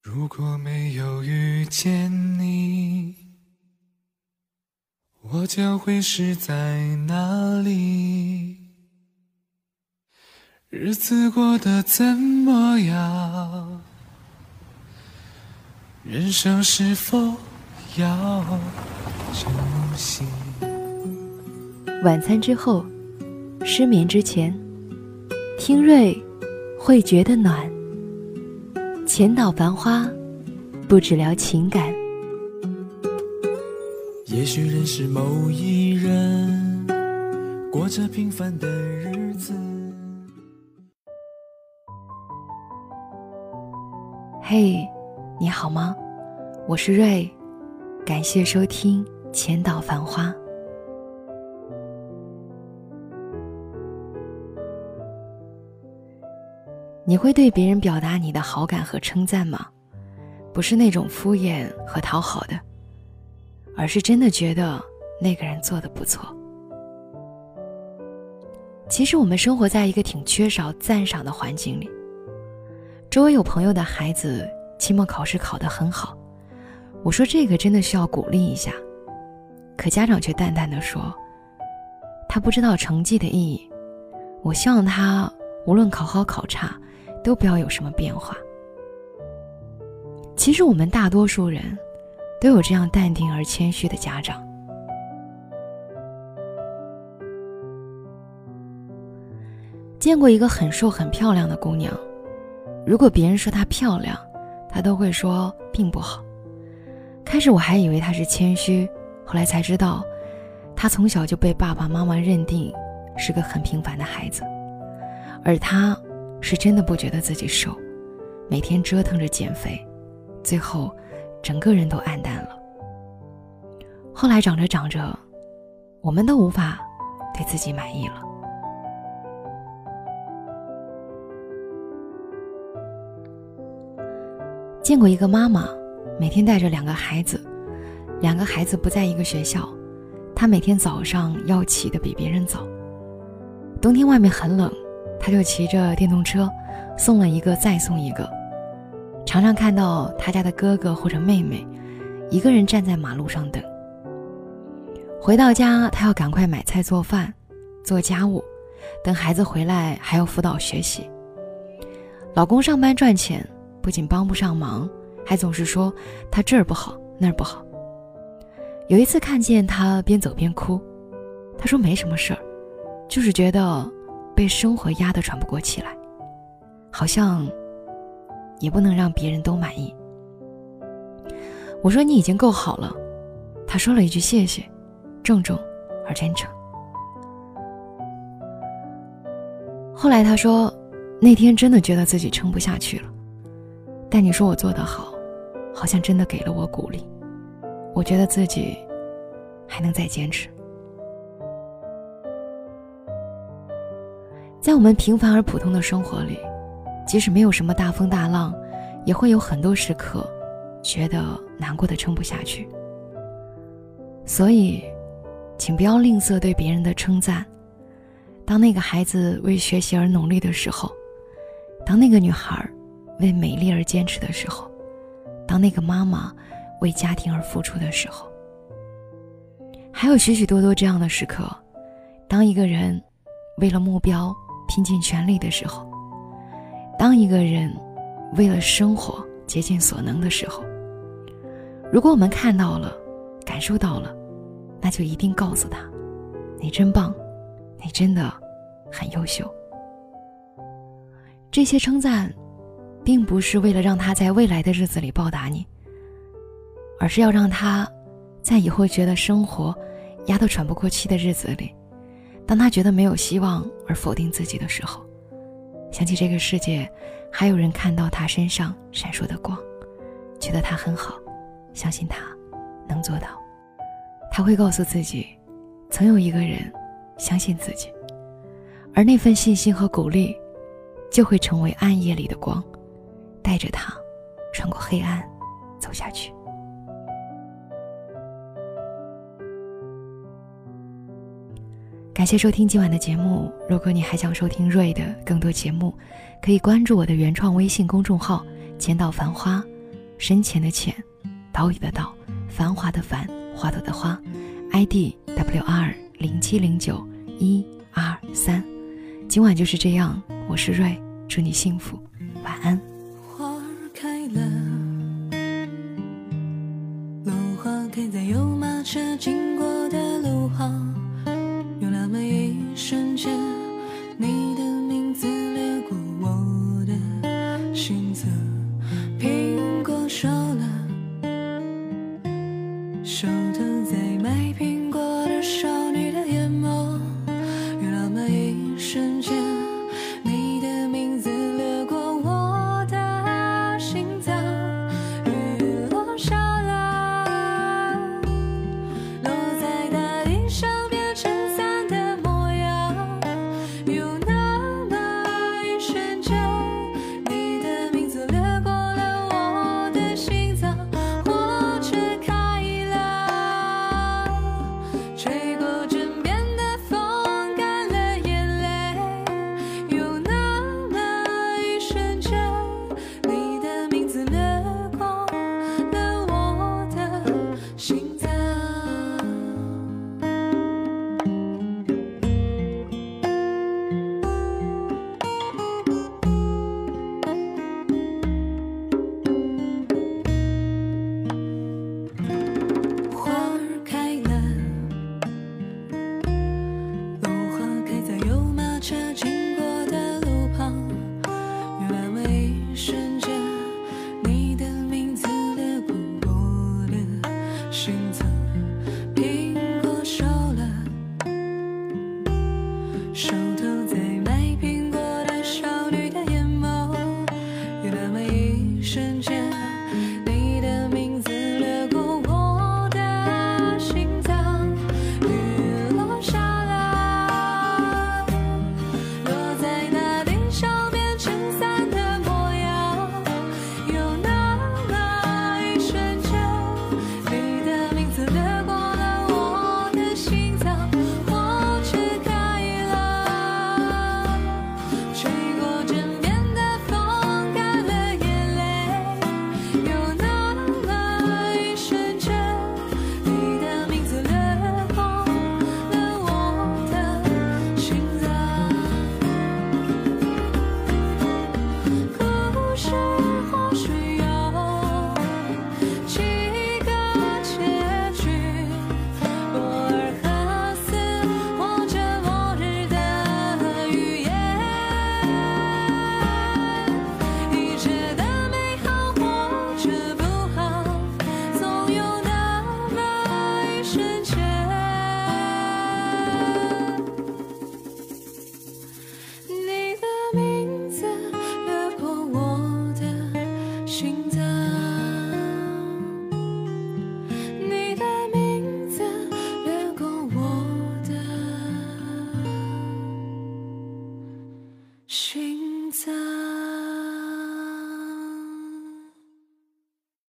如果没有遇见你，我将会是在哪里？日子过得怎么样？人生是否要珍惜？ 晚餐之后，失眠之前，听瑞会觉得暖。浅岛繁花，不只聊情感。 也许认识某一人，过着平凡的日子。 嘿，你好吗？我是瑞，感谢收听浅岛繁花。你会对别人表达你的好感和称赞吗？不是那种敷衍和讨好的，而是真的觉得那个人做得不错。其实我们生活在一个挺缺少赞赏的环境里，周围有朋友的孩子期末考试考得很好，我说这个真的需要鼓励一下，可家长却淡淡地说，他不知道成绩的意义，我希望他无论考好考差都不要有什么变化。其实我们大多数人都有这样淡定而谦虚的家长。见过一个很瘦很漂亮的姑娘，如果别人说她漂亮，她都会说并不好。开始我还以为她是谦虚，后来才知道她从小就被爸爸妈妈认定是个很平凡的孩子，而她是真的不觉得自己瘦，每天折腾着减肥，最后整个人都黯淡了。后来长着长着，我们都无法对自己满意了。见过一个妈妈，每天带着2个孩子，2个孩子不在一个学校，她每天早上要起得比别人早。冬天外面很冷，她就骑着电动车送了一个再送一个。常常看到她家的哥哥或者妹妹一个人站在马路上等。回到家，她要赶快买菜做饭做家务，等孩子回来还要辅导学习。老公上班赚钱，不仅帮不上忙，还总是说他这儿不好那儿不好。有一次看见他边走边哭，他说没什么事儿，就是觉得被生活压得喘不过气来，好像也不能让别人都满意。我说你已经够好了，他说了一句谢谢，郑重而真诚。后来他说那天真的觉得自己撑不下去了，但你说我做得好，好像真的给了我鼓励，我觉得自己还能再坚持。在我们平凡而普通的生活里，即使没有什么大风大浪，也会有很多时刻觉得难过的撑不下去。所以请不要吝啬对别人的称赞。当那个孩子为学习而努力的时候，当那个女孩为美丽而坚持的时候，当那个妈妈为家庭而付出的时候，还有许许多多这样的时刻，当一个人为了目标拼尽全力的时候，当一个人为了生活竭尽所能的时候，如果我们看到了感受到了，那就一定告诉他，你真棒，你真的很优秀。这些称赞并不是为了让他在未来的日子里报答你，而是要让他在以后觉得生活压得喘不过气的日子里，当他觉得没有希望而否定自己的时候，想起这个世界还有人看到他身上闪烁的光，觉得他很好，相信他能做到。他会告诉自己，曾有一个人相信自己，而那份信心和鼓励就会成为暗夜里的光，带着他穿过黑暗走下去。感谢收听今晚的节目，如果你还想收听瑞的更多节目，可以关注我的原创微信公众号浅岛繁花， 深浅的浅，岛屿的岛，繁华的繁，花朵的花。ID WR0709-123。今晚就是这样，我是瑞，祝你幸福，晚安。 花儿开了，落花开在有马车经过的路旁，有那么一瞬间，你的名字掠过我的心侧。苹果熟了，手头在卖苹果的少女的眼眸，有那么一瞬间，你的名字掠过我的心脏。雨落下了，落在大地上变成伞的模样，有那么一瞬间，你的名字掠过了我的心脏。火车开了，吹过枕边的风，干了眼泪，有那么一瞬间，你的名字掠过了我的心脏。花儿开了，落花开在有马车经过的路旁，有那么一瞬间，你的名字掠过我的心脏。苹果熟了，手头在卖苹果的少女的眼眸，有那么一瞬间，你的名字掠过我的心脏。雨落下了，落在大地上变成伞的模样，有那么一瞬间，你的名字掠过了我的心脏。火车开了，吹过枕边的风，干了眼泪，有那么一瞬间，你的名字掠过了我的心脏。故事或许有几个结局，波尔喀斯或者末日的预言，一切的美好或者不好，总有那么一瞬间，你的名字掠过我的心脏，你的名字掠过我的心